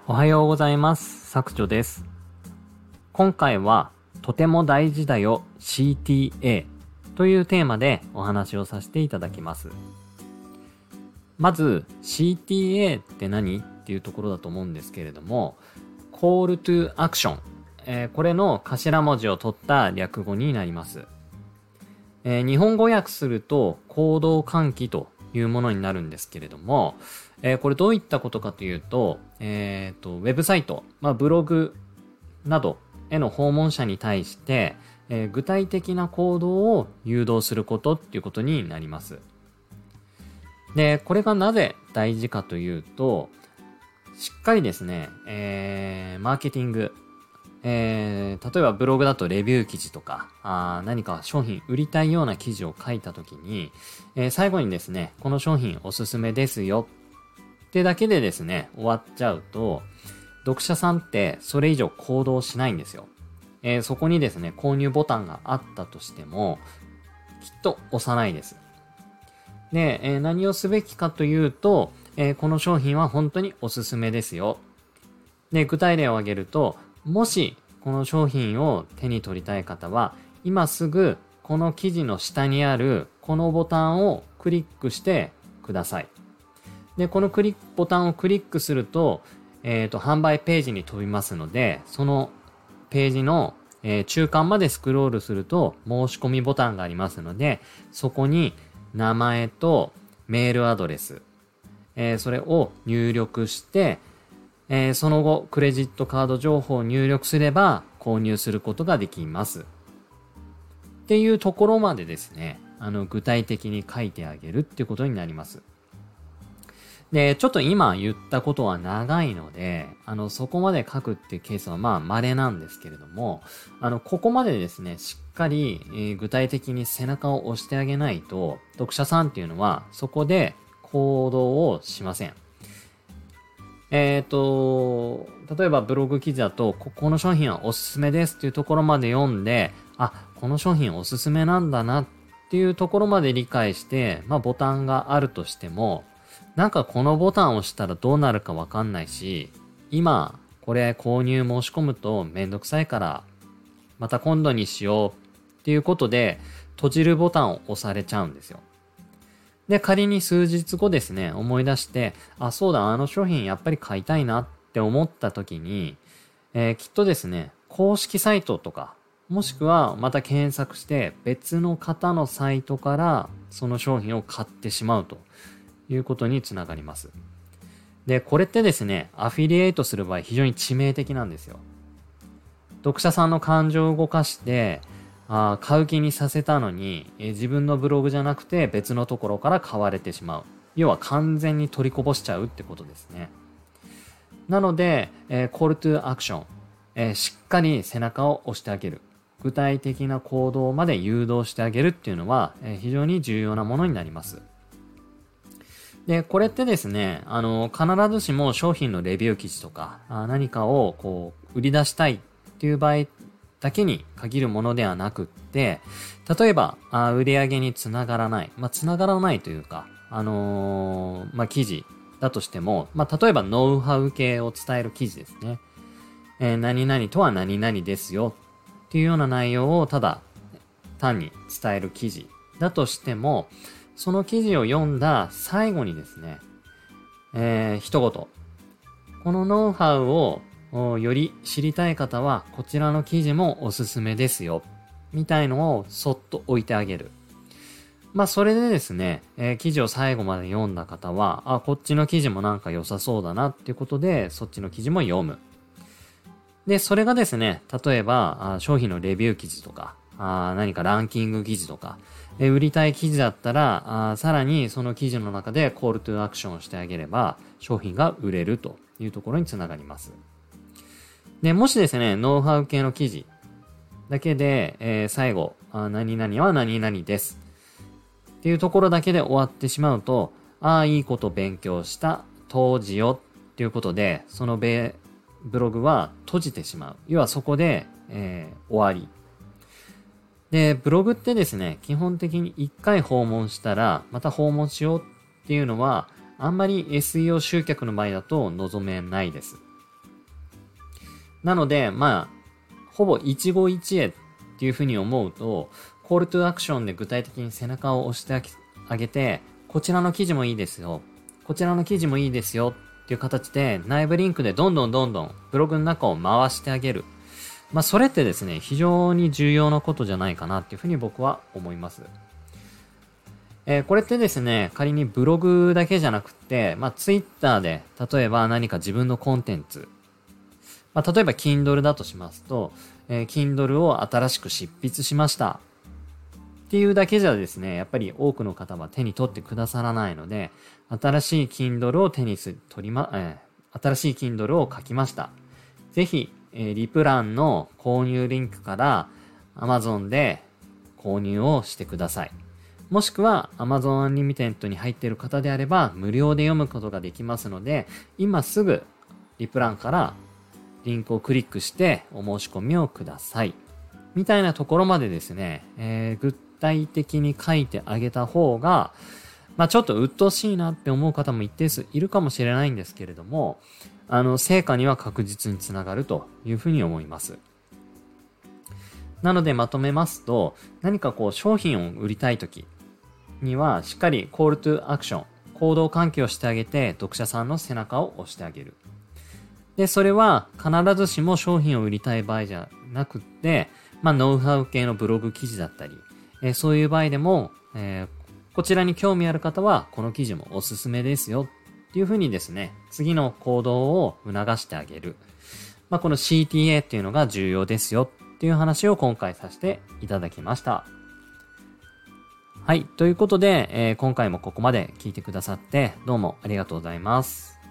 おはようございます。作長です。今回はとても大事だよ CTA というテーマでお話をさせていただきます。まず CTA って何っていうところだと思うんですけれども、Call to Action、これの頭文字を取った略語になります。日本語訳すると行動喚起というものになるんですけれども、これどういったことかというと、ウェブサイト、ブログなどへの訪問者に対して、具体的な行動を誘導することっていうことになります。で、これがなぜ大事かというと、しっかりですね、マーケティング、例えばブログだとレビュー記事とか何か商品売りたいような記事を書いたときに、最後にですね、この商品おすすめですよってだけでですね終わっちゃうと、読者さんってそれ以上行動しないんですよ。そこにですね購入ボタンがあったとしてもきっと押さないです。で、何をすべきかというと、この商品は本当におすすめですよ。で、具体例を挙げると、もしこの商品を手に取りたい方は今すぐこの記事の下にあるこのボタンをクリックしてください。で、このボタンをクリックすると、販売ページに飛びますので、そのページの、中間までスクロールすると申し込みボタンがありますので、そこに名前とメールアドレス、それを入力して、その後クレジットカード情報を入力すれば購入することができます。っていうところまでですね、具体的に書いてあげるっていうことになります。で、ちょっと今言ったことは長いので、そこまで書くっていうケースは稀なんですけれども、ここまでですね、しっかり、具体的に背中を押してあげないと、読者さんっていうのはそこで行動をしません。例えばブログ記事だと、この商品はおすすめですっていうところまで読んで、この商品おすすめなんだなっていうところまで理解して、ボタンがあるとしても、なんかこのボタンを押したらどうなるかわかんないし、今これ購入申し込むとめんどくさいから、また今度にしようっていうことで、閉じるボタンを押されちゃうんですよ。で、仮に数日後ですね、思い出して、そうだ、あの商品やっぱり買いたいなって思った時に、きっとですね、公式サイトとか、もしくはまた検索して別の方のサイトからその商品を買ってしまうということにつながります。で、これってですね、アフィリエイトする場合非常に致命的なんですよ。読者さんの感情を動かして、買う気にさせたのに、自分のブログじゃなくて別のところから買われてしまう。要は完全に取りこぼしちゃうってことですね。なので、Call to Action、しっかり背中を押してあげる。具体的な行動まで誘導してあげるっていうのは、非常に重要なものになります。で、これってですね、必ずしも商品のレビュー記事とか、何かを売り出したいっていう場合だけに限るものではなくって、例えば、売り上げにつながらない。つながらないというか、記事だとしても、例えばノウハウ系を伝える記事ですね。何々とは何々ですよっていうような内容をただ単に伝える記事だとしても、その記事を読んだ最後にですね、一言。このノウハウをより知りたい方はこちらの記事もおすすめですよ。みたいのをそっと置いてあげる。それでですね、記事を最後まで読んだ方は、こっちの記事もなんか良さそうだなっていうことで、そっちの記事も読む。で、それがですね、例えば、商品のレビュー記事とか、何かランキング記事とか、売りたい記事だったら、さらにその記事の中でコールトゥアクションをしてあげれば、商品が売れるというところにつながります。で、もしですね、ノウハウ系の記事だけで、最後、何々は何々ですっていうところだけで終わってしまうと、いいこと勉強した当時よっていうことで、そのブログは閉じてしまう。要はそこで、終わり。で、ブログってですね、基本的に1回訪問したら、また訪問しようっていうのは、あんまり SEO 集客の場合だと望めないです。 なので、ほぼ一期一会っていうふうに思うと、コールトゥアクションで具体的に背中を押してあげて、こちらの記事もいいですよ。こちらの記事もいいですよっていう形で内部リンクでどんどんブログの中を回してあげる。それってですね、非常に重要なことじゃないかなっていうふうに僕は思います。これってですね、仮にブログだけじゃなくて、ツイッターで、例えば何か自分のコンテンツ、例えば Kindle だとしますと、Kindle を新しく執筆しました。っていうだけじゃですね、やっぱり多くの方は手に取ってくださらないので、新しい Kindle を新しい Kindle を書きました。ぜひ、リプランの購入リンクから Amazon で購入をしてください。もしくは Amazon Unlimited に入っている方であれば無料で読むことができますので、今すぐリプランからリンクをクリックしてお申し込みをください。みたいなところまでですね、具体的に書いてあげた方が、ちょっと鬱陶しいなって思う方も一定数いるかもしれないんですけれども、成果には確実につながるというふうに思います。なのでまとめますと、何か商品を売りたいときにはしっかりコールトゥアクション、行動喚起をしてあげて読者さんの背中を押してあげる。で、それは必ずしも商品を売りたい場合じゃなくって、ノウハウ系のブログ記事だったり、そういう場合でも、こちらに興味ある方はこの記事もおすすめですよっていうふうにですね、次の行動を促してあげる。この CTA っていうのが重要ですよっていう話を今回させていただきました。はい。ということで、今回もここまで聞いてくださってどうもありがとうございます。